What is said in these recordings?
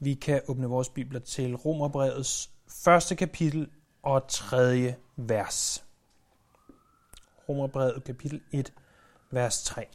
Vi kan åbne vores bibler til Romerbrevets 1. kapitel og 3. vers. Romerbrevet kapitel 1, vers 3.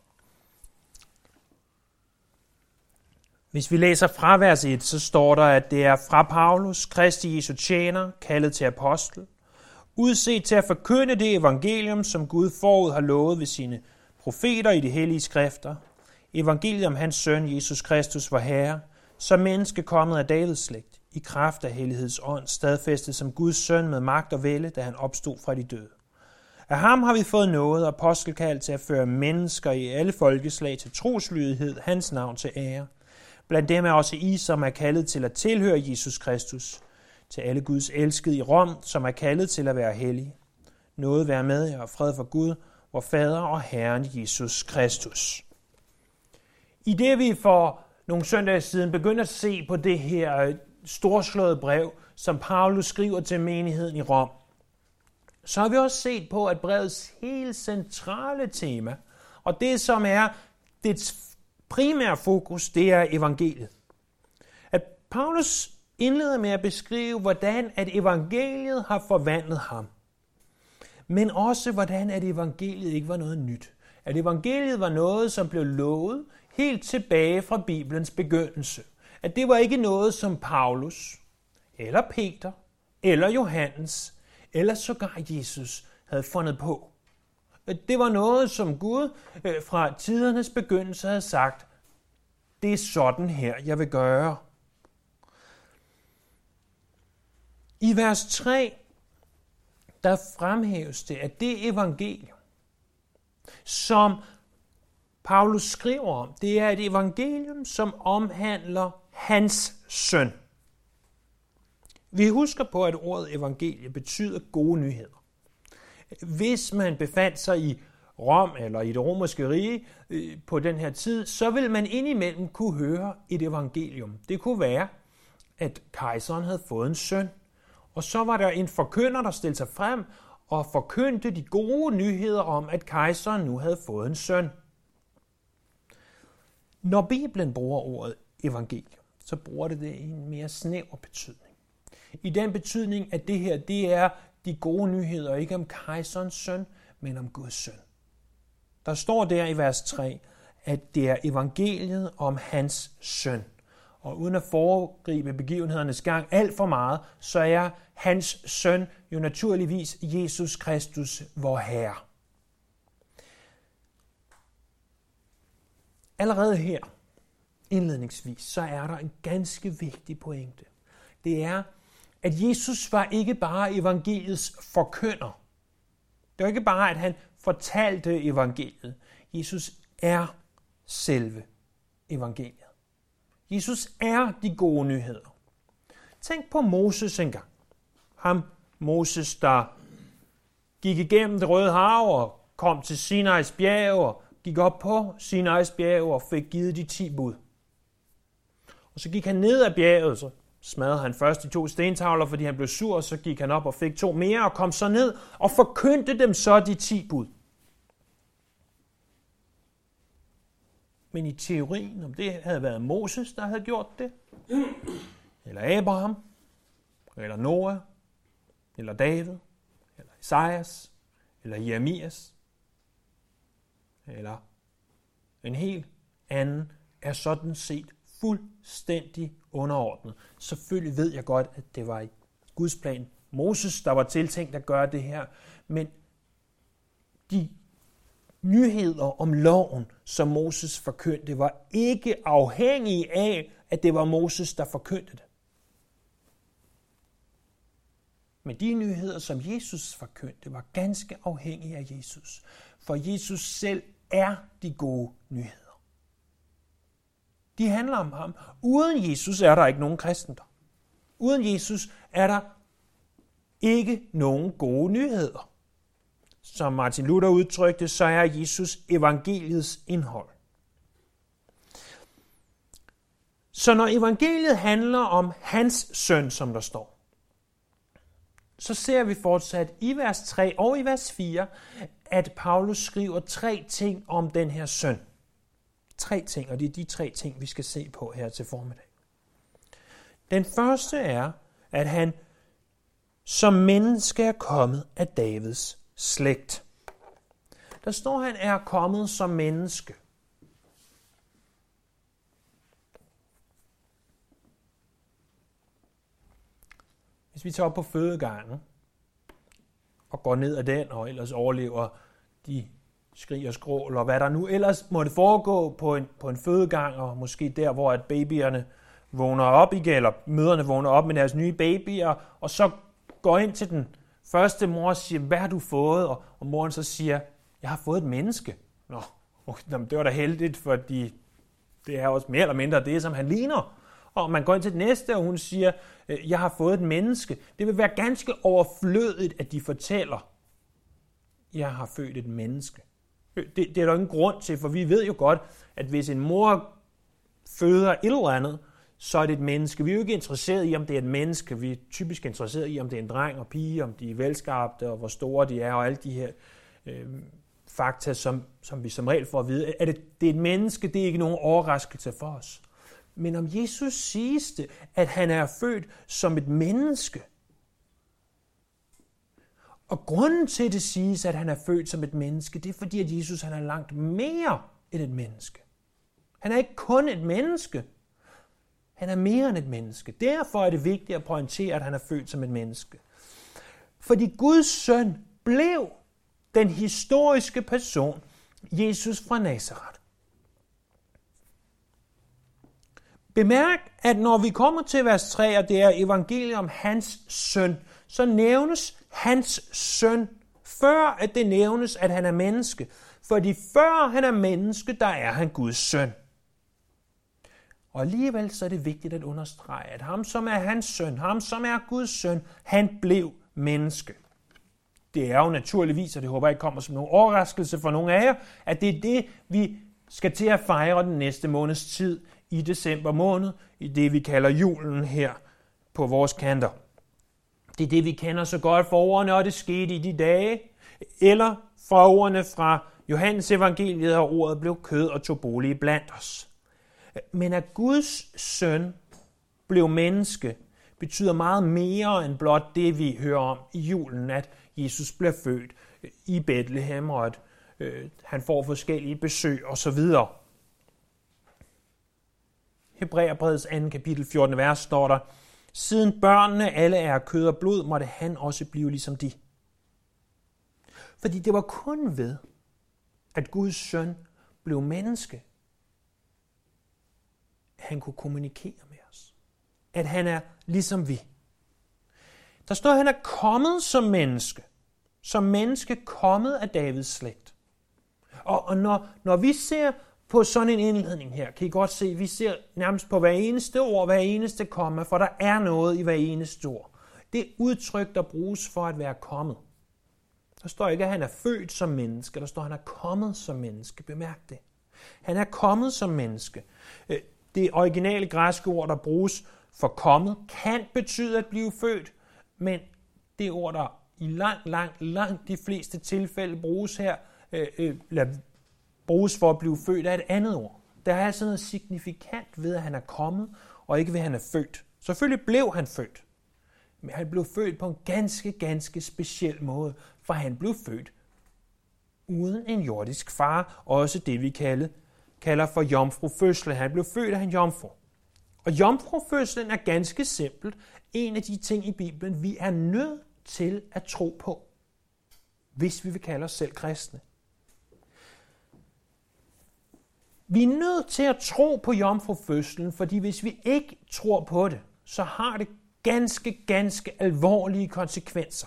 Hvis vi læser fra vers 1, så står der, at det er fra Paulus, Kristi Jesu tjener, kaldet til apostel, udset til at forkynde det evangelium, som Gud forud har lovet ved sine profeter i de hellige skrifter, evangeliet om hans søn, Jesus Kristus, vor Herre, som menneske kommet af Davids slægt, i kraft af helligheds ånd, stadfæstet som Guds søn med magt og vælde, da han opstod fra de døde. Af ham har vi fået noget og apostelkald til at føre mennesker i alle folkeslag til troslydighed, hans navn til ære. Blandt dem er også I, som er kaldet til at tilhøre Jesus Kristus, til alle Guds elskede i Rom, som er kaldet til at være hellige. Noget være med jer og fred for Gud, vor Fader og Herren Jesus Kristus. I det vi for nogle søndage siden begyndte at se på det her storslåede brev, som Paulus skriver til menigheden i Rom, så har vi også set på, at brevets helt centrale tema, og det som er dets primære fokus, det er evangeliet. At Paulus indleder med at beskrive, hvordan at evangeliet har forvandlet ham. Men også, hvordan at evangeliet ikke var noget nyt. At evangeliet var noget, som blev lovet helt tilbage fra Bibelens begyndelse. At det var ikke noget, som Paulus, eller Peter, eller Johannes, eller sågar Jesus havde fundet på. Det var noget, som Gud fra tidernes begyndelse havde sagt, det er sådan her, jeg vil gøre. I vers 3, der fremhæves det, at det evangelium, som Paulus skriver om, det er et evangelium, som omhandler hans søn. Vi husker på, at ordet evangelie betyder gode nyheder. Hvis man befandt sig i Rom eller i det romerske rige på den her tid, så vil man indimellem kunne høre et evangelium. Det kunne være, at kejseren havde fået en søn, og så var der en forkynder, der stillede sig frem og forkyndte de gode nyheder om, at kejseren nu havde fået en søn. Når Bibelen bruger ordet evangelium, så bruger det i en mere snæver betydning. I den betydning, at det her, det er de gode nyheder, ikke om kejserens søn, men om Guds søn. Der står der i vers 3, at det er evangeliet om hans søn. Og uden at foregribe begivenhedernes gang alt for meget, så er hans søn jo naturligvis Jesus Kristus, vor Herre. Allerede her, indledningsvis, så er der en ganske vigtig pointe. Det er, at Jesus var ikke bare evangeliets forkynder. Det var ikke bare, at han fortalte evangeliet. Jesus er selve evangeliet. Jesus er de gode nyheder. Tænk på Moses engang. Ham, Moses, der gik igennem det Røde Hav og kom til Sinais bjerg og gik op på Sinais bjerg og fik givet de 10 bud. Og så gik han ned ad bjerget, så smadrede han først de 2 stentavler, fordi han blev sur, og så gik han op og fik 2 mere og kom så ned og forkyndte dem så de 10 bud. Men i teorien, om det havde været Moses, der havde gjort det, eller Abraham, eller Noah, eller David, eller Esajas, eller Jeremias, eller en helt anden, er sådan set fuldstændig underordnet. Selvfølgelig ved jeg godt, at det var i Guds plan Moses, der var tiltænkt at gøre det her, men de nyheder om loven, som Moses forkyndte, var ikke afhængige af, at det var Moses, der forkyndte det. Men de nyheder, som Jesus forkyndte, var ganske afhængige af Jesus. For Jesus selv er de gode nyheder. De handler om ham. Uden Jesus er der ikke nogen kristendom. Uden Jesus er der ikke nogen gode nyheder. Som Martin Luther udtrykte, så er Jesus evangeliets indhold. Så når evangeliet handler om hans søn, som der står, så ser vi fortsat i vers 3 og i vers 4, at Paulus skriver 3 ting om den her søn. 3 ting, og det er de 3 ting, vi skal se på her til formiddag. Den første er, at han som menneske er kommet af Davids slægt. Der står, at han er kommet som menneske. Hvis vi tager op på fødegangen og går ned ad den, og ellers overlever de skrig og skrål, og hvad der nu ellers måtte foregå på en fødegang, og måske der, hvor at babyerne vågner op igen, eller mødrene vågner op med deres nye babyer, og så går ind til den første mor og siger, hvad har du fået? Og moren så siger, jeg har fået et menneske. Nå, det var da heldigt, fordi det er også mere eller mindre det, som han ligner. Og man går ind til det næste, og hun siger, jeg har fået et menneske. Det vil være ganske overflødigt, at de fortæller, jeg har født et menneske. Det er der ingen grund til, for vi ved jo godt, at hvis en mor føder et eller andet, så er det et menneske. Vi er jo ikke interesseret i, om det er et menneske. Vi er typisk interesseret i, om det er en dreng og pige, om de er velskabte, og hvor store de er, og alle de her fakta, som vi som regel får at vide. At det er et menneske, det er ikke nogen overraskelse for os. Men om Jesus siges det, at han er født som et menneske. Og grunden til, at det siges, at han er født som et menneske, det er fordi, at Jesus han er langt mere end et menneske. Han er ikke kun et menneske. Han er mere end et menneske. Derfor er det vigtigt at pointere, at han er født som et menneske. Fordi Guds søn blev den historiske person, Jesus fra Nazaret. Bemærk, at når vi kommer til vers 3, og det er evangeliet om hans søn, så nævnes hans søn, før at det nævnes, at han er menneske. Fordi før han er menneske, der er han Guds søn. Og alligevel så er det vigtigt at understrege, at ham som er hans søn, ham som er Guds søn, han blev menneske. Det er jo naturligvis, og det håber jeg ikke kommer som nogen overraskelse for nogen af jer, at det er det, vi skal til at fejre den næste måneds tid i december måned, i det vi kalder julen her på vores kanter. Det er det, vi kender så godt fra ordene, og det skete i de dage, eller fra ordene fra Johannes evangeliet, og ordet blev kød og tog bolig blandt os. Men at Guds søn blev menneske, betyder meget mere end blot det, vi hører om i julen, at Jesus bliver født i Bethlehem, og at han får forskellige besøg osv. Hebræerbrevets 2. kapitel 14. vers står der, siden børnene alle er af kød og blod, måtte han også blive ligesom de. Fordi det var kun ved, at Guds søn blev menneske, at han kunne kommunikere med os. At han er ligesom vi. Der står, at han er kommet som menneske. Som menneske kommet af Davids slægt. Og når vi ser på sådan en indledning her, kan I godt se, at vi ser nærmest på hver eneste ord, hver eneste komma, for der er noget i hver eneste ord. Det er udtryk, der bruges for at være kommet. Der står ikke, at han er født som menneske, der står, at han er kommet som menneske. Bemærk det. Han er kommet som menneske. Det originale græske ord, der bruges for kommet, kan betyde at blive født, men det ord, der i langt de fleste tilfælde bruges her, bruges for at blive født, er et andet ord. Der er altså noget signifikant ved, at han er kommet, og ikke ved, at han er født. Selvfølgelig blev han født, men han blev født på en ganske speciel måde, for han blev født uden en jordisk far, også det vi kalder for jomfrufødsel. Han blev født af en jomfru. Og jomfrufødslen er ganske simpelt en af de ting i Bibelen, vi er nødt til at tro på, hvis vi vil kalde os selv kristne. Vi er nødt til at tro på jomfrufødslen, fordi hvis vi ikke tror på det, så har det ganske alvorlige konsekvenser.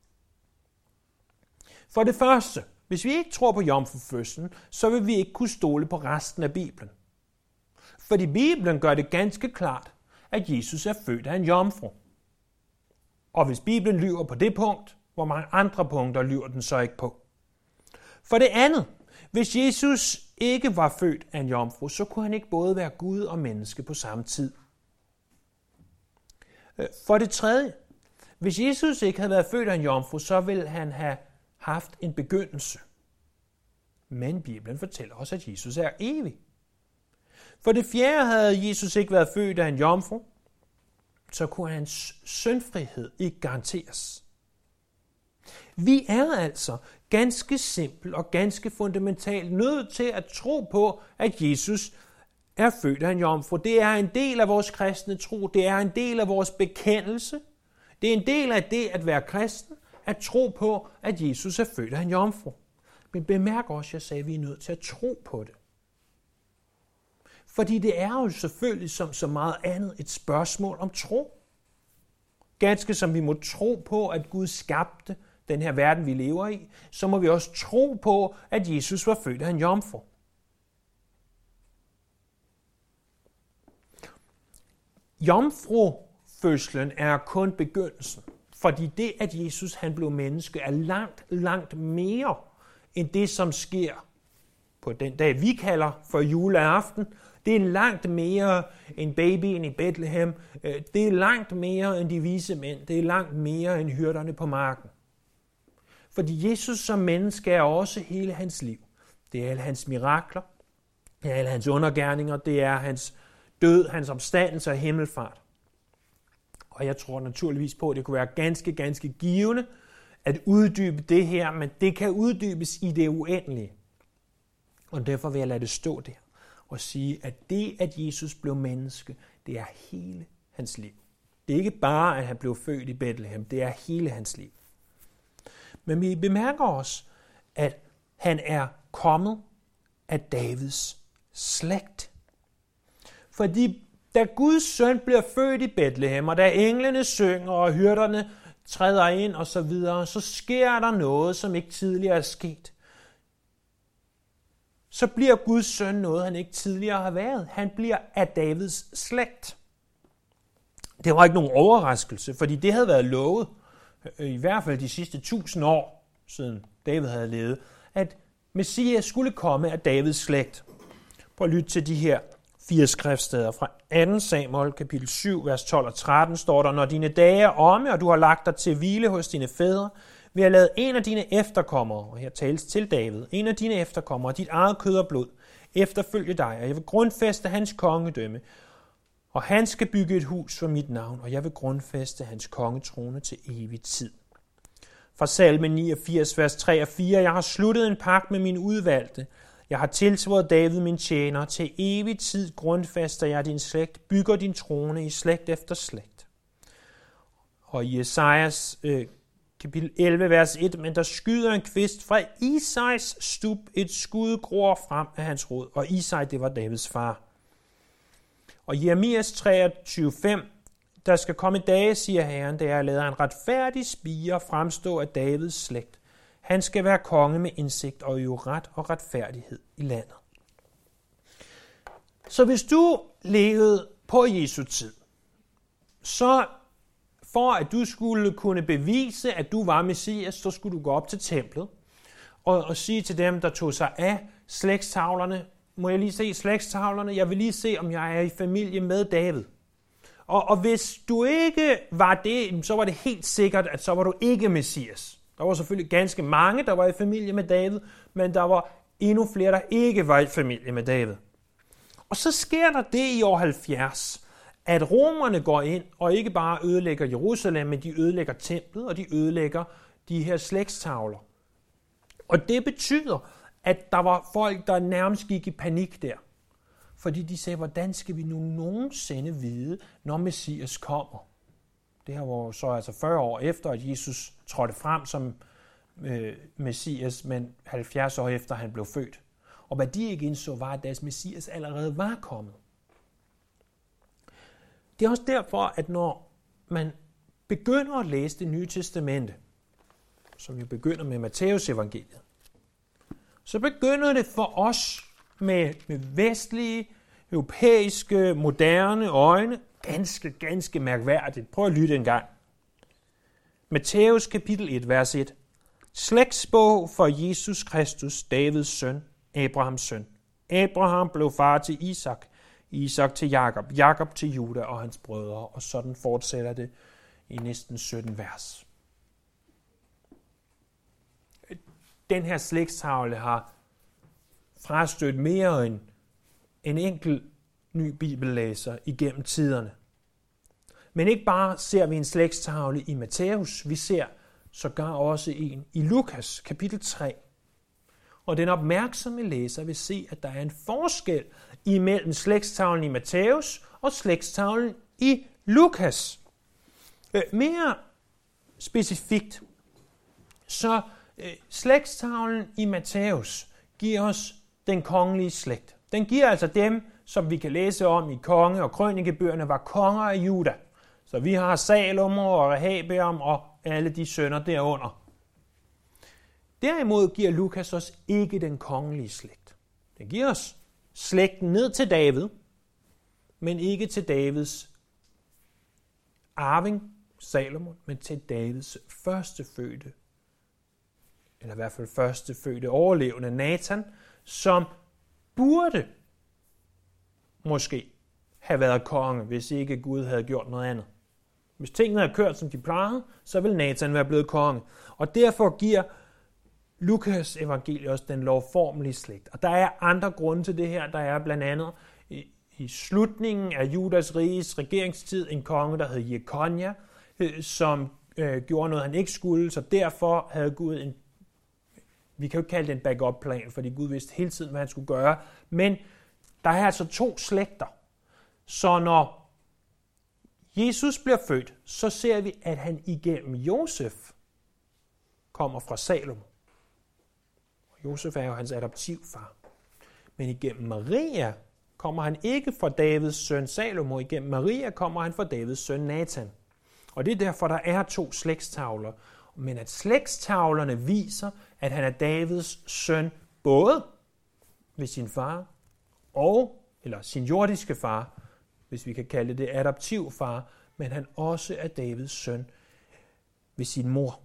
For det første, hvis vi ikke tror på jomfrufødslen, så vil vi ikke kunne stole på resten af Bibelen. Fordi Bibelen gør det ganske klart, at Jesus er født af en jomfru. Og hvis Bibelen lyver på det punkt, hvor mange andre punkter lyver den så ikke på. For det andet, hvis Jesus ikke var født af en jomfru, så kunne han ikke både være Gud og menneske på samme tid. For det tredje, hvis Jesus ikke havde været født af en jomfru, så ville han have haft en begyndelse. Men Bibelen fortæller os, at Jesus er evig. For det fjerde, havde Jesus ikke været født af en jomfru, så kunne hans syndfrihed ikke garanteres. Vi er altså ganske simpelt og ganske fundamentalt nødt til at tro på, at Jesus er født af en jomfru. Det er en del af vores kristne tro. Det er en del af vores bekendelse. Det er en del af det at være kristen, at tro på, at Jesus er født af en jomfru. Men bemærk også, at jeg sagde, at vi er nødt til at tro på det. Fordi det er jo selvfølgelig som så meget andet et spørgsmål om tro. Ganske som vi må tro på, at Gud skabte den her verden, vi lever i, så må vi også tro på, at Jesus var født af en jomfru. Jomfrufødslen er kun begyndelsen, fordi det, at Jesus han blev menneske, er langt, langt mere end det, som sker på den dag, vi kalder for juleaften. Det er langt mere end babyen i Bethlehem. Det er langt mere end de vise mænd. Det er langt mere end hyrderne på marken. Fordi Jesus som menneske er også hele hans liv. Det er alle hans mirakler. Det er alle hans undergerninger. Det er hans død, hans opstandelse og himmelfart. Og jeg tror naturligvis på, at det kunne være ganske, ganske givende at uddybe det her, men det kan uddybes i det uendelige. Og derfor vil jeg lade det stå der og sige, at det, at Jesus blev menneske, det er hele hans liv. Det er ikke bare, at han blev født i Bethlehem, det er hele hans liv. Men vi bemærker også, at han er kommet af Davids slægt. Fordi da Guds søn bliver født i Bethlehem, og da englene synger, og hyrderne træder ind og så videre, så sker der noget, som ikke tidligere er sket. Så bliver Guds søn noget, han ikke tidligere har været. Han bliver af Davids slægt. Det var ikke nogen overraskelse, fordi det havde været lovet, i hvert fald de sidste 1000 år, siden David havde levet, at Messias skulle komme af Davids slægt. Prøv at lytte til de her 4 skriftsteder. Fra 2. Samuel, kapitel 7, vers 12 og 13, står der, når dine dage er omme, og du har lagt dig til hvile hos dine fædre, vil jeg lade en af dine efterkommere, og her tales til David, en af dine efterkommere, dit eget kød og blod, efterfølge dig, og jeg vil grundfæste hans kongedømme, og han skal bygge et hus for mit navn, og jeg vil grundfæste hans kongetrone til evig tid. Fra salme 89, vers 3 og 4, jeg har sluttet en pagt med min udvalgte, jeg har tilsvoret David min tjener, til evig tid grundfæster jeg din slægt, bygger din trone i slægt efter slægt. Og i Esajas kapitel 11, vers 1, men der skyder en kvist fra Isais stub, et skud gror frem af hans rod, og Isai, det var Davids far. Og i Jeremias 23:5, der skal komme dage, siger Herren, da jeg lader en retfærdig spire fremstå af Davids slægt. Han skal være konge med indsigt og øve ret og retfærdighed i landet. Så hvis du levede på Jesu tid, så for at du skulle kunne bevise, at du var Messias, så skulle du gå op til templet og sige til dem, der tog sig af slægtstavlerne, må jeg lige se slægtstavlerne? Jeg vil lige se, om jeg er i familie med David. Og hvis du ikke var det, så var det helt sikkert, at så var du ikke Messias. Der var selvfølgelig ganske mange, der var i familie med David, men der var endnu flere, der ikke var i familie med David. Og så sker der det i år 70, at romerne går ind og ikke bare ødelægger Jerusalem, men de ødelægger templet, og de ødelægger de her slægtstavler. Og det betyder, at der var folk, der nærmest gik i panik der. Fordi de sagde, hvordan skal vi nu nogensinde vide, når Messias kommer? Det her var så altså 40 år efter, at Jesus trådte frem som Messias, men 70 år efter, han blev født. Og hvad de ikke indså, var, at deres Messias allerede var kommet. Det er også derfor, at når man begynder at læse det nye testamente, som jo begynder med Matthæus evangeliet, så begynder det for os med vestlige, europæiske, moderne øjne ganske mærkværdigt. Prøv at lytte en gang. Matthæus kapitel 1, vers 1. Slægtsbog for Jesus Kristus, Davids søn, Abrahams søn. Abraham blev far til Isak, Isak til Jakob, Jakob til Juda og hans brødre, og sådan fortsætter det i næsten 17 vers. Den her slægtstavle har frastødt mere end en enkelt ny bibellæser igennem tiderne. Men ikke bare ser vi en slægtstavle i Matthæus, vi ser sågar også en i Lukas, kapitel 3. Og den opmærksomme læser vil se, at der er en forskel imellem slægtstavlen i Matthæus og slægtstavlen i Lukas. Mere specifikt, så slægtstavlen i Matthæus giver os den kongelige slægt. Den giver altså dem, som vi kan læse om i konge- og krønikebøgerne, var konger af Juda. Så vi har Salom og Rehabeam og alle de sønner derunder. Derimod giver Lukas os ikke den kongelige slægt. Den giver os slægten ned til David, men ikke til Davids arving, Salomon, men til Davids førstefødte, eller i hvert fald førstefødte overlevende Nathan, som burde måske have været konge, hvis ikke Gud havde gjort noget andet. Hvis tingene havde kørt, som de plejede, så ville Nathan være blevet konge. Og derfor giver Lukas evangeliet også den lovformelige slægt. Og der er andre grunde til det her. Der er blandt andet i slutningen af Judas riges regeringstid en konge, der hed Jekonja, som gjorde noget, han ikke skulle, så derfor havde Gud en, vi kan jo ikke kalde det en backup-plan, fordi Gud vidste hele tiden, hvad han skulle gøre, men der er altså 2 slægter. Så når Jesus bliver født, så ser vi, at han igennem Josef kommer fra Salom. Josef er jo hans adoptivfar. Men igennem Maria kommer han ikke fra Davids søn Salomo. Igennem Maria kommer han fra Davids søn Nathan. Og det er derfor, der er 2 slægtstavler. Men at slægtstavlerne viser, at han er Davids søn både ved sin far eller sin jordiske far, hvis vi kan kalde det adoptivfar, men han også er Davids søn ved sin mor.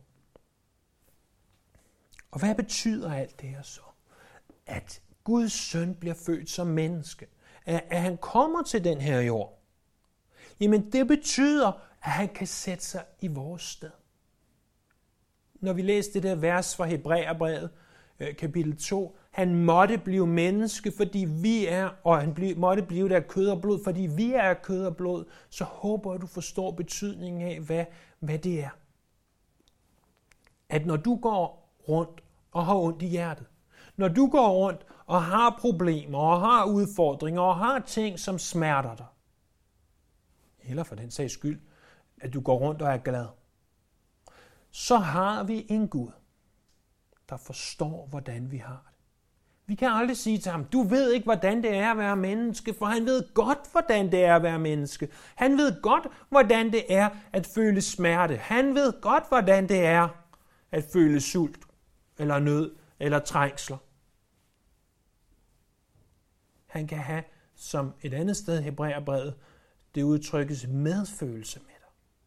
Og hvad betyder alt det her så? At Guds søn bliver født som menneske. At han kommer til den her jord. Jamen det betyder, at han kan sætte sig i vores sted. Når vi læser det der vers fra Hebræerbrevet, kapitel 2, han måtte blive menneske, fordi vi er, og han måtte blive der kød og blod, fordi vi er kød og blod, så håber jeg, at du forstår betydningen af, hvad det er. At når du går rundt og har ondt i hjertet, når du går rundt og har problemer og har udfordringer og har ting, som smerter dig, eller for den sags skyld, at du går rundt og er glad, så har vi en Gud, der forstår, hvordan vi har det. Vi kan aldrig sige til ham, du ved ikke, hvordan det er at være menneske, for han ved godt, hvordan det er at være menneske. Han ved godt, hvordan det er at føle smerte. Han ved godt, hvordan det er at føle sult, eller nød, eller trængsler. Han kan have, som et andet sted i Hebræerbrevet, det udtrykkes medfølelse med dig.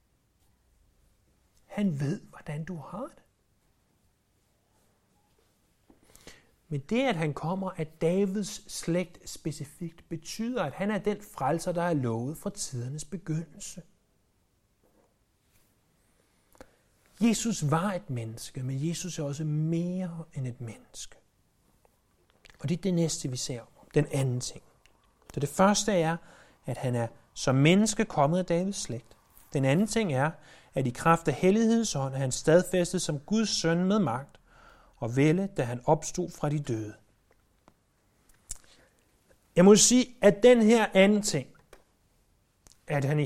Han ved, hvordan du har det. Men det, at han kommer af Davids slægt specifikt, betyder, at han er den frelser, der er lovet fra tidernes begyndelse. Jesus var et menneske, men Jesus er også mere end et menneske. Og det er det næste, vi ser om. Den anden ting. Så det første er, at han er som menneske kommet af Davids slægt. Den anden ting er, at i kraft af hellighedsånd er han stadfæstet som Guds søn med magt og vælde, da han opstod fra de døde. Jeg må sige, at den her anden ting, at han i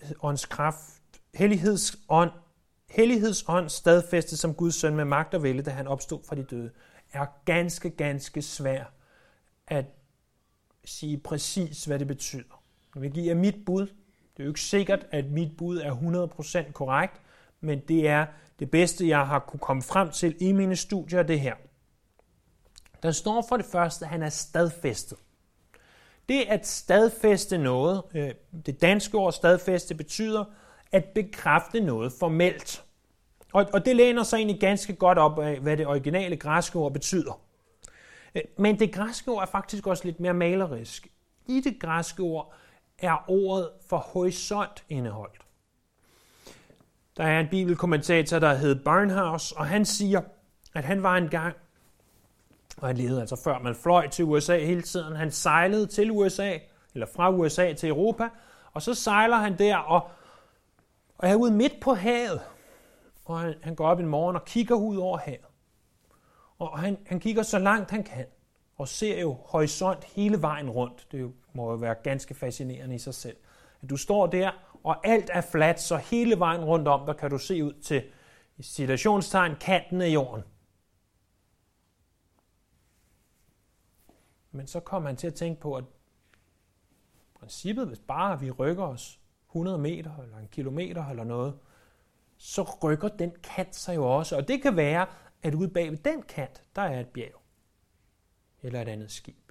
hellighedsånd stadfæstet som Guds søn med magt og vælde, da han opstod fra de døde, er ganske, ganske svær at sige præcis, hvad det betyder. Jeg vil give jer mit bud. Det er jo ikke sikkert, at mit bud er 100% korrekt, men det er det bedste, jeg har kunne komme frem til i mine studier, det her. Der står for det første, at han er stadfæstet. Det at stadfæste noget, det danske ord stadfæste, betyder at bekræfte noget formelt. Og det læner sig egentlig ganske godt op af, hvad det originale græske ord betyder. Men det græske ord er faktisk også lidt mere malerisk. I det græske ord er ordet for horisont indeholdt. Der er en bibelkommentator, der hed Barnhouse, og han siger, at han var engang, og han levede altså før man fløj til USA hele tiden, han sejlede til USA, eller fra USA til Europa, og så sejler han der, Og jeg er ude midt på havet, og han går op en morgen og kigger ud over havet. Og han kigger så langt han kan, og ser jo horisont hele vejen rundt. Det må jo være ganske fascinerende i sig selv. At du står der, og alt er fladt, så hele vejen rundt om, der kan du se ud til, i citationstegn, kanten af jorden. Men så kommer han til at tænke på, at princippet, hvis bare vi rykker os 100 meter, eller en kilometer, eller noget, så rykker den kant sig jo også. Og det kan være, at ude bag ved den kant, der er et bjerg. Eller et andet skib.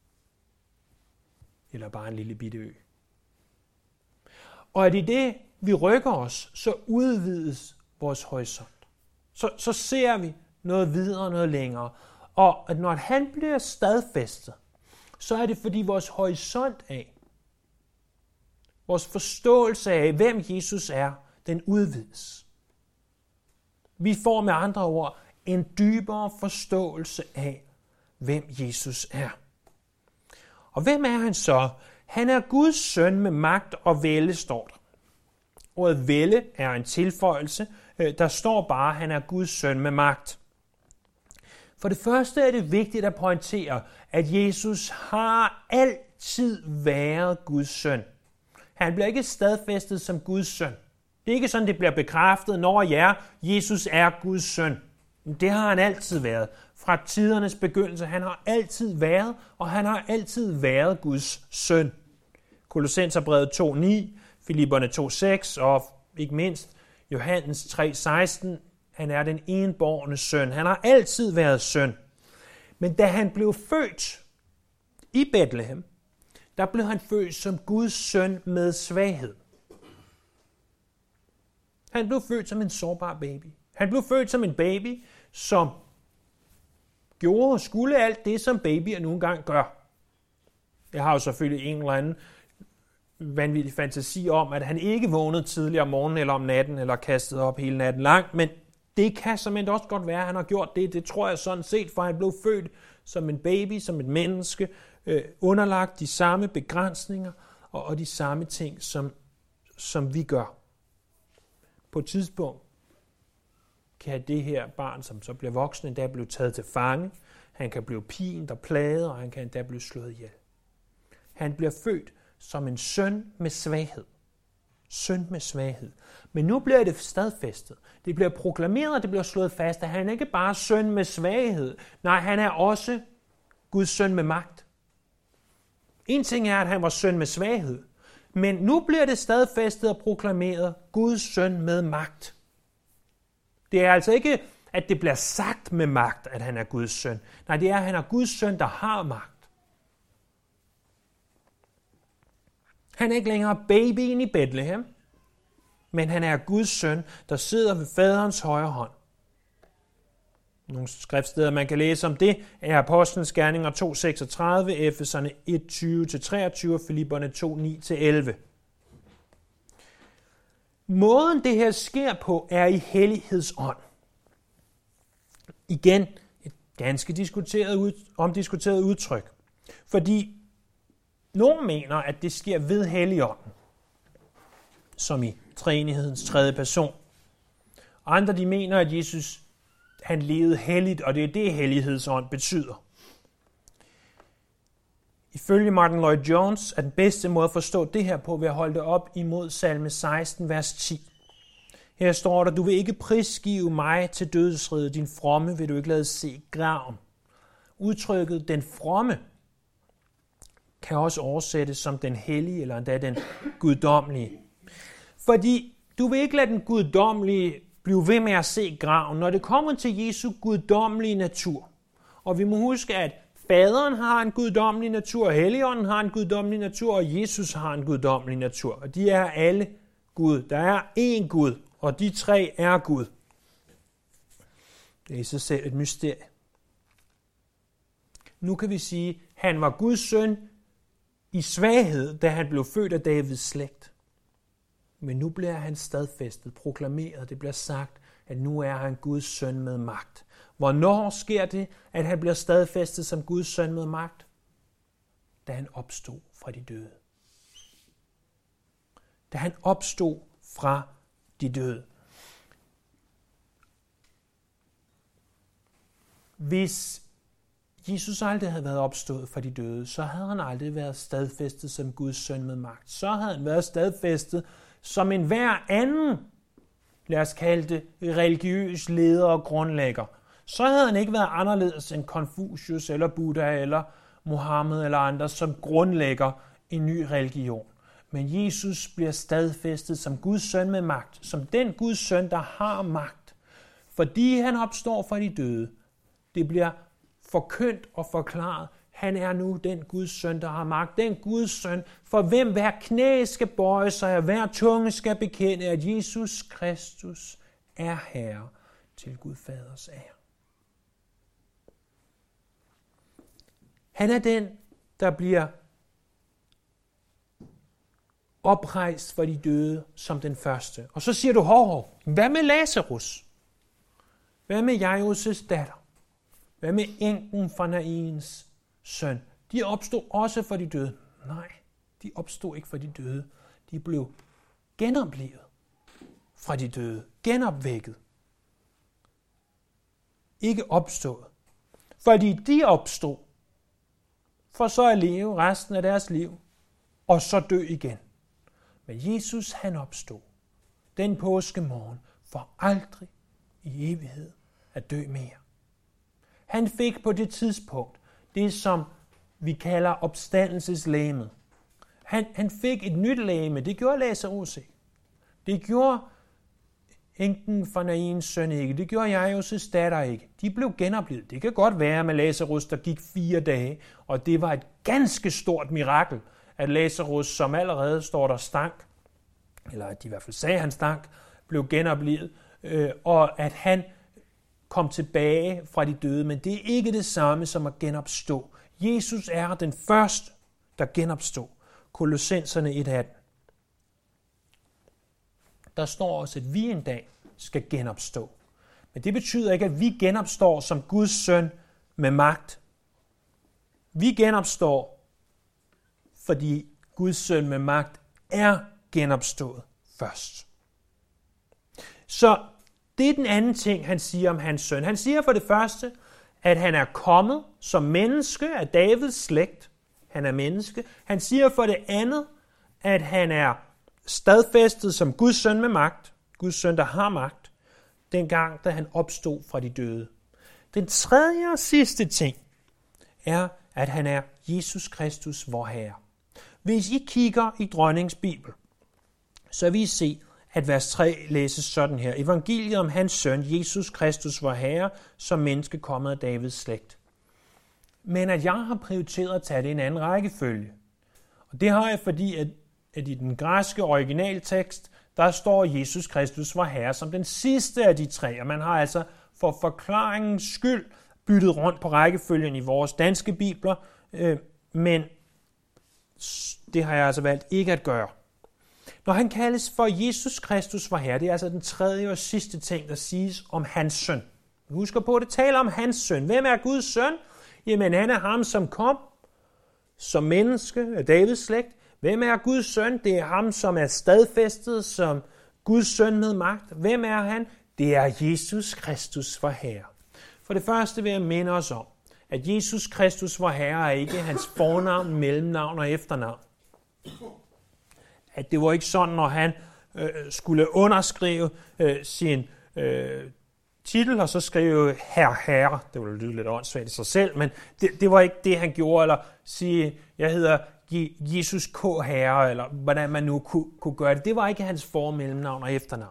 Eller bare en lille bitte ø. Og at i det, vi rykker os, så udvides vores horisont. Så ser vi noget videre, noget længere. Og at når han bliver stadfæstet, så er det fordi vores horisont af, vores forståelse af, hvem Jesus er, den udvides. Vi får med andre ord en dybere forståelse af, hvem Jesus er. Og hvem er han så? Han er Guds søn med magt og vælde, står der. Ordet vælde er en tilføjelse. Der står bare, at han er Guds søn med magt. For det første er det vigtigt at pointere, at Jesus har altid været Guds søn. Han bliver ikke stadfæstet som Guds søn. Det er ikke sådan, det bliver bekræftet, når Jesus er Guds søn. Det har han altid været. Fra tidernes begyndelse. Han har altid været, og han har altid været Guds søn. Kolossenserbrevet 2:9, Filipperne 2:6 og ikke mindst Johannes 3:16. Han er den enbårne søn. Han har altid været søn. Men da han blev født i Bethlehem, der blev han født som Guds søn med svaghed. Han blev født som en sårbar baby. Han blev født som en baby, som gjorde og skulle alt det, som babyer nogle gange gør. Jeg har jo selvfølgelig en eller anden vanvittig fantasi om, at han ikke vågnede tidligere om morgenen eller om natten, eller kastede op hele natten lang, men det kan simpelthen også godt være, at han har gjort det. Det tror jeg sådan set, for han blev født som en baby, som et menneske, underlagt de samme begrænsninger og de samme ting, som vi gør. På et tidspunkt kan det her barn, som så bliver voksen, endda blive taget til fange. Han kan blive pint og plaget, og han kan endda blive slået ihjel. Han bliver født som en søn med svaghed. Søn med svaghed. Men nu bliver det stadfæstet. Det bliver proklameret, og det bliver slået fast, at han ikke bare er søn med svaghed. Nej, han er også Guds søn med magt. En ting er, at han var søn med svaghed. Men nu bliver det stadfæstet og proklameret Guds søn med magt. Det er altså ikke, at det bliver sagt med magt, at han er Guds søn. Nej, det er, at han er Guds søn, der har magt. Han er ikke længere babyen i Bethlehem, men han er Guds søn, der sidder ved faderens højre hånd. Nogle skriftsteder, man kan læse om det, er Apostlenes Gerninger 2:36, Efeserne 1:20-23 og Filipperne 2:9-11. Måden det her sker på, er i hellighedsånd. Igen et ganske omdiskuteret udtryk. Fordi nogen mener, at det sker ved Helligånden, som i treenighedens tredje person. Andre de mener, at Jesus han levede helligt, og det er det, hellighedsånd betyder. Ifølge Martin Lloyd Jones er den bedste måde at forstå det her på ved at holde det op imod salme 16, vers 10. Her står der, du vil ikke prisgive mig til dødsriget, din fromme vil du ikke lade se graven. Udtrykket den fromme kan også oversættes som den hellige, eller endda den guddommelige. Fordi du vil ikke lade den guddommelige blive ved med at se graven, når det kommer til Jesu guddommelige natur. Og vi må huske, at Faderen har en guddommelig natur, Helligånden har en guddommelig natur, og Jesus har en guddommelig natur. Og de er alle Gud. Der er én Gud, og de tre er Gud. Det er i sig selv et mysterie. Nu kan vi sige, at han var Guds søn i svaghed, da han blev født af Davids slægt. Men nu bliver han stadfæstet, proklameret. Det bliver sagt, at nu er han Guds søn med magt. Hvornår sker det, at han bliver stadfæstet som Guds søn med magt? Da han opstod fra de døde. Da han opstod fra de døde. Hvis Jesus aldrig havde været opstået fra de døde, så havde han aldrig været stadfæstet som Guds søn med magt. Så havde han været stadfæstet som en hver anden, lad os kalde det, religiøs leder og grundlægger. Så havde han ikke været anderledes end Konfucius eller Buddha eller Mohammed eller andre, som grundlægger en ny religion. Men Jesus bliver stadfæstet som Guds søn med magt, som den Guds søn, der har magt. Fordi han opstår fra de døde. Det bliver forkyndt og forklaret. Han er nu den Guds søn, der har magt. Den Guds søn, for hvem hver knæ skal bøje sig, og hver tunge skal bekende, at Jesus Kristus er Herre til Gud Faders ære. Han er den, der bliver oprejst for de døde som den første. Og så siger du, hov, hvad med Lazarus? Hvad med Jairus' datter? Hvad med enken fra Nains søn? De opstod også for de døde. Nej, de opstod ikke for de døde. De blev genoplivet fra de døde. Genopvækket. Ikke opstået. Fordi de opstod, for så at leve resten af deres liv, og så dø igen. Men Jesus, han opstod den påskemorgen for aldrig i evighed at dø mere. Han fik på det tidspunkt det, som vi kalder opstandelseslegemet. Han fik et nyt legeme. Det gjorde Lazarus ikke. Det gjorde enken fra Nains søn ikke. Det gjorde Jairus' datter ikke. De blev genoplevet. Det kan godt være med Lazarus, der gik 4 dage, og det var et ganske stort mirakel, at Lazarus, som allerede står der stank, eller at de i hvert fald sagde, han stank, blev genoplevet, og at han kom tilbage fra de døde, men det er ikke det samme som at genopstå. Jesus er den første, der genopstod. Kolossenserne 1:18. Der står også, at vi en dag skal genopstå. Men det betyder ikke, at vi genopstår som Guds søn med magt. Vi genopstår, fordi Guds søn med magt er genopstået først. Så det er den anden ting, han siger om hans søn. Han siger for det første, at han er kommet som menneske af Davids slægt. Han er menneske. Han siger for det andet, at han er stadfæstet som Guds søn med magt. Guds søn, der har magt. Dengang, da han opstod fra de døde. Den tredje og sidste ting er, at han er Jesus Kristus, vor Herre. Hvis I kigger i dronningens bibel, så vil I se, at vers 3 læses sådan her. Evangeliet om hans søn, Jesus Kristus, vor Herre, som menneske kommet af Davids slægt. Men at jeg har prioriteret at tage det i en anden rækkefølge. Og det har jeg, fordi at i den græske originaltekst, der står Jesus Kristus, vor Herre, som den sidste af de 3. Og man har altså for forklaringens skyld byttet rundt på rækkefølgen i vores danske bibler, men det har jeg altså valgt ikke at gøre. Når han kaldes for Jesus Kristus vor Herre, det er altså den tredje og sidste ting, der siges om hans søn. Husk på, at det taler om hans søn. Hvem er Guds søn? Jamen, han er ham, som kom som menneske af Davids slægt. Hvem er Guds søn? Det er ham, som er stadfæstet som Guds søn med magt. Hvem er han? Det er Jesus Kristus vor Herre. For det første vil jeg minde os om, at Jesus Kristus vor Herre er ikke hans fornavn, mellemnavn og efternavn. At det var ikke sådan, når han skulle underskrive sin titel, og så skrive herre. Det ville lyde lidt åndssvagt i sig selv, men det var ikke det, han gjorde. Eller sige, jeg hedder Jesus K. Herre, eller hvordan man nu kunne gøre det. Det var ikke hans formellemnavn og efternavn.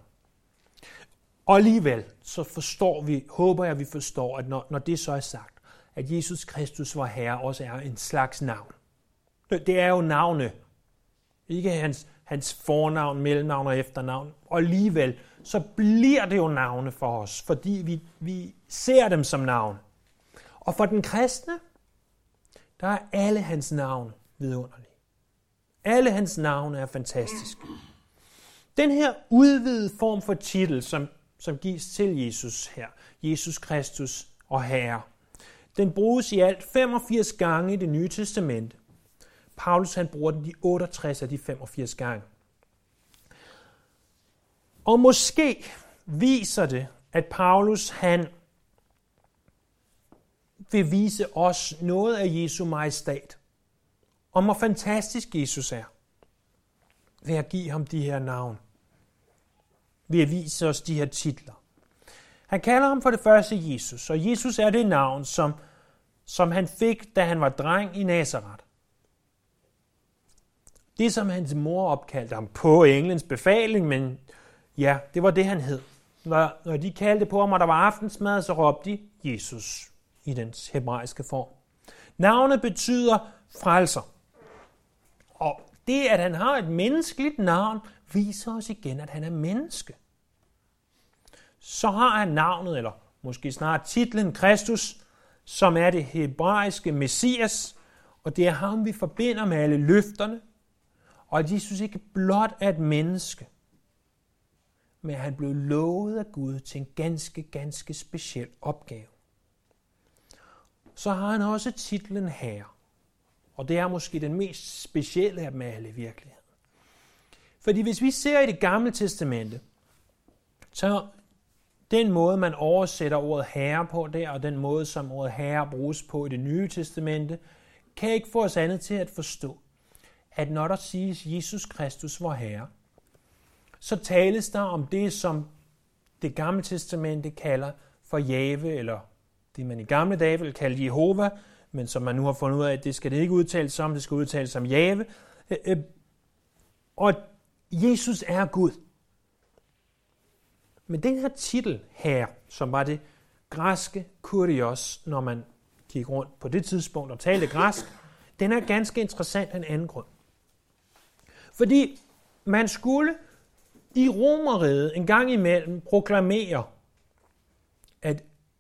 Og alligevel, så håber jeg, vi forstår, at når det så er sagt, at Jesus Kristus, vor Herre, også er en slags navn. Det er jo navne. Ikke hans fornavn, mellemnavn og efternavn. Og alligevel, så bliver det jo navne for os, fordi vi ser dem som navn. Og for den kristne, der er alle hans navne vidunderlige. Alle hans navne er fantastiske. Den her udvidede form for titel, som gives til Jesus her, Jesus Kristus og Herre, den bruges i alt 85 gange i Det Nye Testamente. Paulus han bruger den de 68 af de 85 gange. Og måske viser det, at Paulus han vil vise os noget af Jesu majestæt, om hvor fantastisk Jesus er, ved at give ham de her navn, ved at vise os de her titler. Han kalder ham for det første Jesus, og Jesus er det navn, som han fik, da han var dreng i Nazaret. Det, som hans mor opkaldte ham på englens befaling, men ja, det var det, han hed. Når de kaldte på ham, og der var aftensmad, så råbte de Jesus i dens hebraiske form. Navnet betyder frelser. Og det, at han har et menneskeligt navn, viser os igen, at han er menneske. Så har han navnet, eller måske snart titlen Kristus, som er det hebraiske Messias, og det er ham, vi forbinder med alle løfterne, og at Jesus ikke blot er et menneske, men han blev lovet af Gud til en ganske, ganske speciel opgave. Så har han også titlen Herre, og det er måske den mest specielle af dem alle i virkeligheden. Fordi hvis vi ser i det gamle testamente, så den måde, man oversætter ordet herre på der, og den måde, som ordet herre bruges på i det nye testamente, kan ikke få os andet til at forstå, at når der siges Jesus Kristus vor Herre, så tales der om det, som det gamle testamente kalder for Jave, eller det man i gamle dage ville kalde Jehova, men som man nu har fundet ud af, at det skal det ikke udtales som, det skal udtales som Jave. Og Jesus er Gud. Men den her titel her, som var det græske kurios, når man gik rundt på det tidspunkt og talte græsk, den er ganske interessant af en anden grund. Fordi man skulle i Romerriget en gang imellem proklamere, at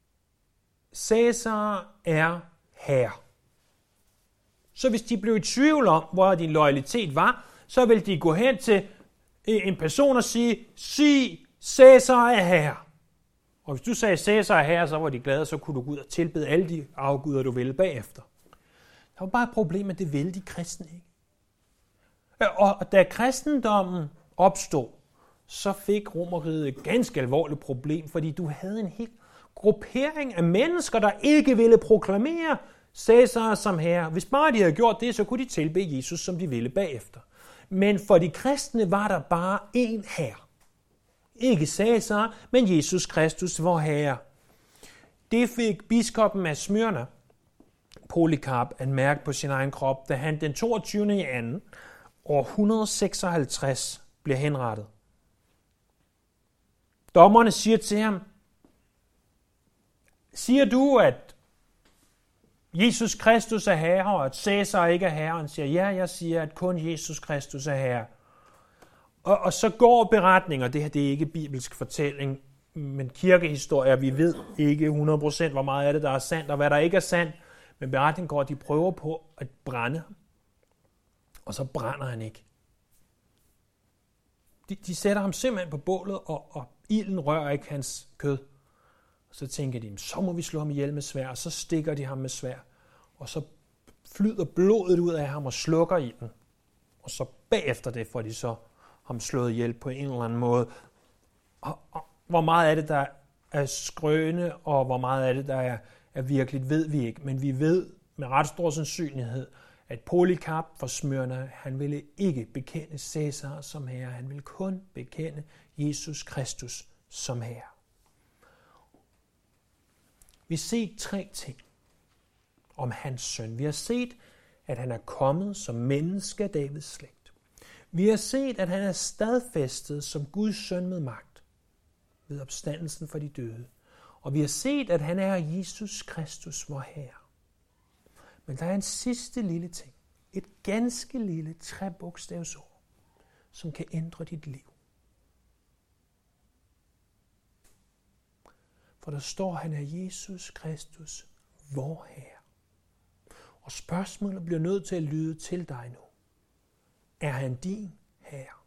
Cæsar er herre. Så hvis de blev i tvivl om, hvor din loyalitet var, så ville de gå hen til en person og sige, sig Cæsar er herre. Og hvis du sagde Cæsar er herre, så var de glade, så kunne du gå ud og tilbede alle de afguder, du ville bagefter. Der var bare et problem, at det ville de kristne ikke. Og da kristendommen opstod, så fik Romerriget et ganske alvorligt problem, fordi du havde en hel gruppering af mennesker, der ikke ville proklamere Cæsar som herre. Hvis bare de havde gjort det, så kunne de tilbede Jesus, som de ville bagefter. Men for de kristne var der bare én herre. Ikke Cæsar, men Jesus Kristus, vor Herre. Det fik biskoppen af Smyrna, Polycarp, at mærke på sin egen krop, da han den 22. i 2. år 156 blev henrettet. Dommerne siger til ham, siger du, at Jesus Kristus er herre, og at Cæsar ikke er herre? Han siger, ja, jeg siger, at kun Jesus Kristus er herre. Og så går beretninger, det her det er ikke bibelsk fortælling, men kirkehistorier, vi ved ikke 100% hvor meget af det, der er sandt, og hvad der ikke er sandt, men beretningen går, at de prøver på at brænde ham, og så brænder han ikke. De sætter ham simpelthen på bålet, og ilden rører ikke hans kød. Og så tænker de, så må vi slå ham ihjel med sværd, og så stikker de ham med sværd, og så flyder blodet ud af ham og slukker ilden. Og så bagefter det får de så ham slået ihjel på en eller anden måde. Og hvor meget af det, der er skrøne, og hvor meget af det, der er virkeligt, ved vi ikke. Men vi ved med ret stor sandsynlighed, at Polycarp fra Smyrna, han ville ikke bekende Cæsar som herre. Han ville kun bekende Jesus Kristus som herre. Vi har set 3 ting om hans søn. Vi har set, at han er kommet som menneske af Davids slægt. Vi har set, at han er stadfæstet som Guds søn med magt ved opstandelsen for de døde. Og vi har set, at han er Jesus Kristus, vor Herre. Men der er en sidste lille ting. Et ganske lille 3-bogstavsord, som kan ændre dit liv. For der står, at han er Jesus Kristus, vor Herre. Og spørgsmålet bliver nødt til at lyde til dig nu. Er han din herre?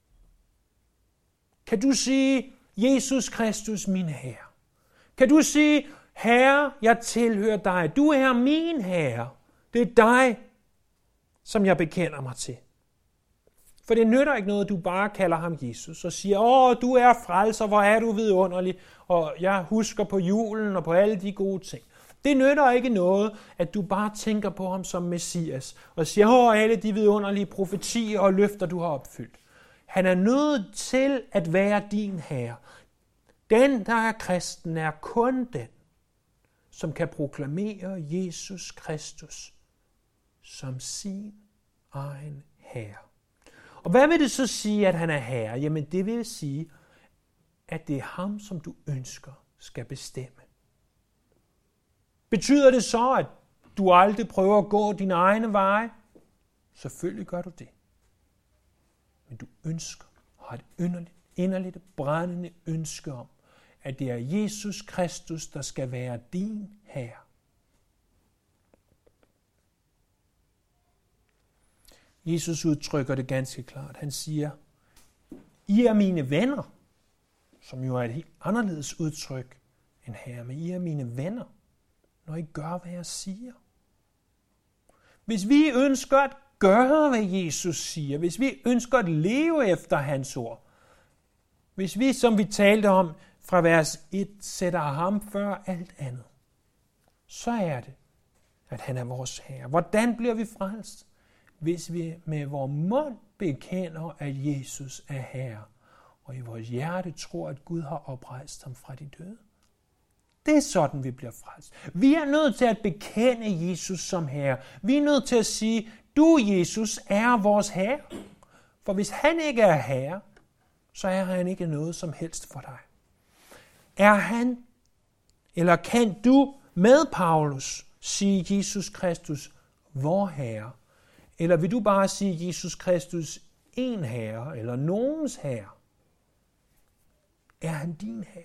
Kan du sige, Jesus Kristus, min herre? Kan du sige, herre, jeg tilhører dig. Du er min herre. Det er dig, som jeg bekender mig til. For det nytter ikke noget, du bare kalder ham Jesus og siger, du er frelser, hvor er du vidunderlig, og jeg husker på julen og på alle de gode ting. Det nytter ikke noget, at du bare tænker på ham som Messias og siger, alle de vidunderlige profetier og løfter, du har opfyldt. Han er nødt til at være din herre. Den, der er kristen, er kun den, som kan proklamere Jesus Kristus som sin egen herre. Og hvad vil det så sige, at han er herre? Jamen det vil sige, at det er ham, som du ønsker, skal bestemme. Betyder det så, at du aldrig prøver at gå dine egne veje? Selvfølgelig gør du det. Men du ønsker, og har et inderligt brændende ønske om, at det er Jesus Kristus, der skal være din herre. Jesus udtrykker det ganske klart. Han siger, I er mine venner, som jo er et helt anderledes udtryk end herre, men I er mine venner, når I gør, hvad jeg siger. Hvis vi ønsker at gøre, hvad Jesus siger, hvis vi ønsker at leve efter hans ord, hvis vi, som vi talte om fra vers 1, sætter ham før alt andet, så er det, at han er vores herre. Hvordan bliver vi frelst? Hvis vi med vores mund bekender, at Jesus er herre, og i vores hjerte tror, at Gud har oprejst ham fra de døde. Det er sådan, vi bliver frelst. Vi er nødt til at bekende Jesus som herre. Vi er nødt til at sige, du, Jesus, er vores herre. For hvis han ikke er herre, så er han ikke noget som helst for dig. Er han, eller kan du med Paulus sige Jesus Kristus, vor herre? Eller vil du bare sige Jesus Kristus, en herre, eller nogens herre? Er han din herre?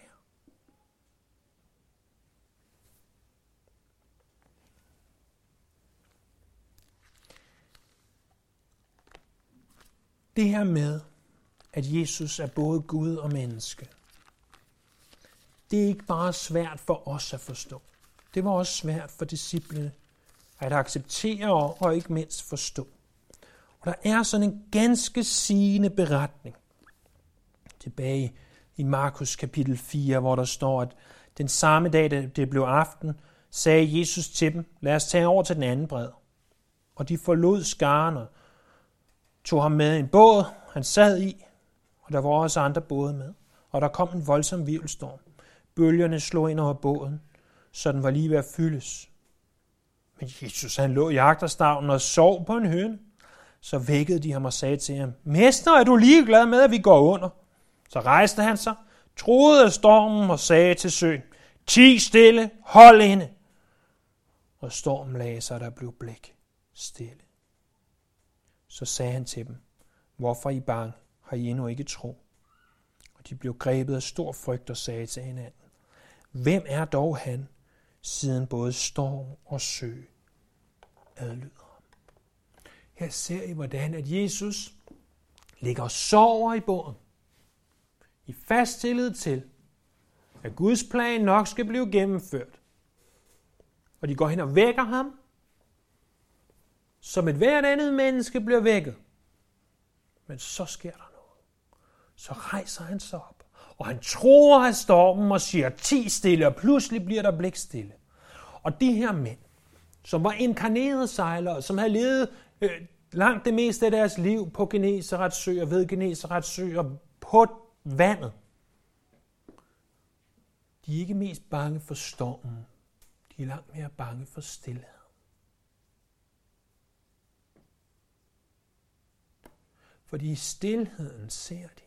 Det her med, at Jesus er både Gud og menneske, det er ikke bare svært for os at forstå. Det var også svært for disciplene at acceptere og ikke mindst forstå. Og der er sådan en ganske sigende beretning tilbage i Markus kapitel 4, hvor der står, at den samme dag, da det blev aften, sagde Jesus til dem, lad os tage over til den anden bred. Og de forlod skaren og tog ham med i en båd, han sad i, og der var også andre både med. Og der kom en voldsom hvirvelstorm. Bølgerne slog ind over båden, så den var lige ved at fyldes. Men Jesus, han lå i agterstavnen og sov på en høne. Så vækkede de ham og sagde til ham, Mester, er du ligeglad med, at vi går under? Så rejste han sig, troede af stormen og sagde til søen, Ti stille, hold inde. Og stormen lagde sig, der blev blik stille. Så sagde han til dem, hvorfor I bange, har I endnu ikke tro? Og de blev grebet af stor frygt og sagde til hinanden, hvem er dog han, siden både storm og sø adlyder ham? Her ser I, hvordan at Jesus ligger og sover i båden, i fast tillid til, at Guds plan nok skal blive gennemført. Og de går hen og vækker ham, som et hvert andet menneske bliver vækket. Men så sker der noget. Så rejser han sig op, og han tror af stormen og siger, ti stille, og pludselig bliver der blikstille. Og de her mænd, som var inkarnerede sejlere, som havde levet langt det meste af deres liv på Genesarets sø og ved Genesarets sø og på vandet, de er ikke mest bange for stormen. De er langt mere bange for stillhed. Fordi i stilheden ser de,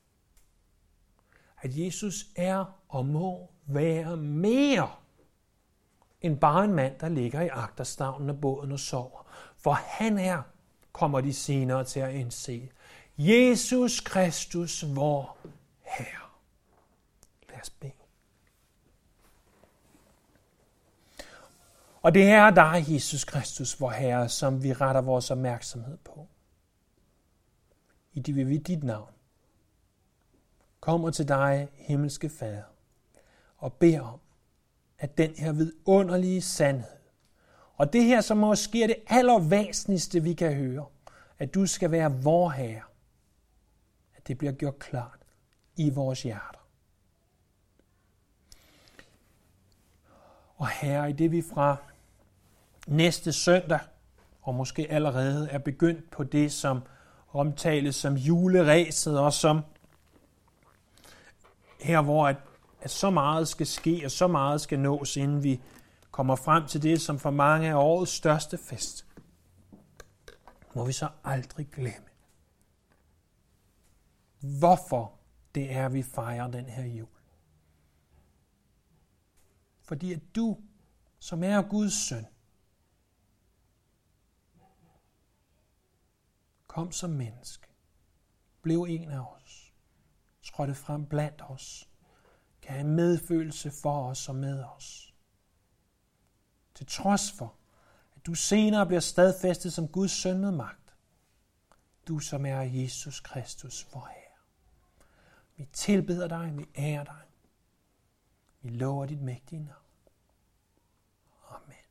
at Jesus er og må være mere end bare en mand, der ligger i agterstavnen af båden og sover. For han er, kommer de senere til at indse, Jesus Kristus, vor Herre. Lad os bede. Og det er dig, Jesus Kristus, vor Herre, som vi retter vores opmærksomhed på. I det vil vi dit navn kommer til dig, himmelske Fader, og beder om, at den her vidunderlige sandhed, og det her, som måske er det allervæsentligste, vi kan høre, at du skal være vor Herre, det bliver gjort klart i vores hjerter. Og Herre, i det vi fra næste søndag, og måske allerede er begyndt på det, som omtales som juleræset, og som her, hvor at så meget skal ske, og så meget skal nås, inden vi kommer frem til det, som for mange er årets største fest, må vi så aldrig glemme, hvorfor det er, vi fejrer den her jul. Fordi at du, som er Guds søn, kom som menneske, blev en af os, trådte frem blandt os, kan have medfølelse for os og med os. Til trods for, at du senere bliver stadfæstet som Guds søn med magt. Du, som er Jesus Kristus, vor Herre. Vi tilbeder dig, vi ærer dig. Vi lover dit mægtige navn.